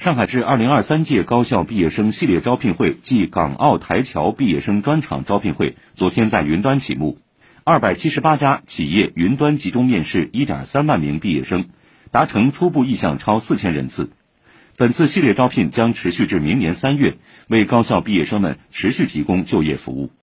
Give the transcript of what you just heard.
上海市2023届高校毕业生系列招聘会暨港澳台侨毕业生专场招聘会昨天在云端启幕，278家企业云端集中面试 1.3 万名毕业生，达成初步意向超4000人次。本次系列招聘将持续至明年3月，为高校毕业生们持续提供就业服务。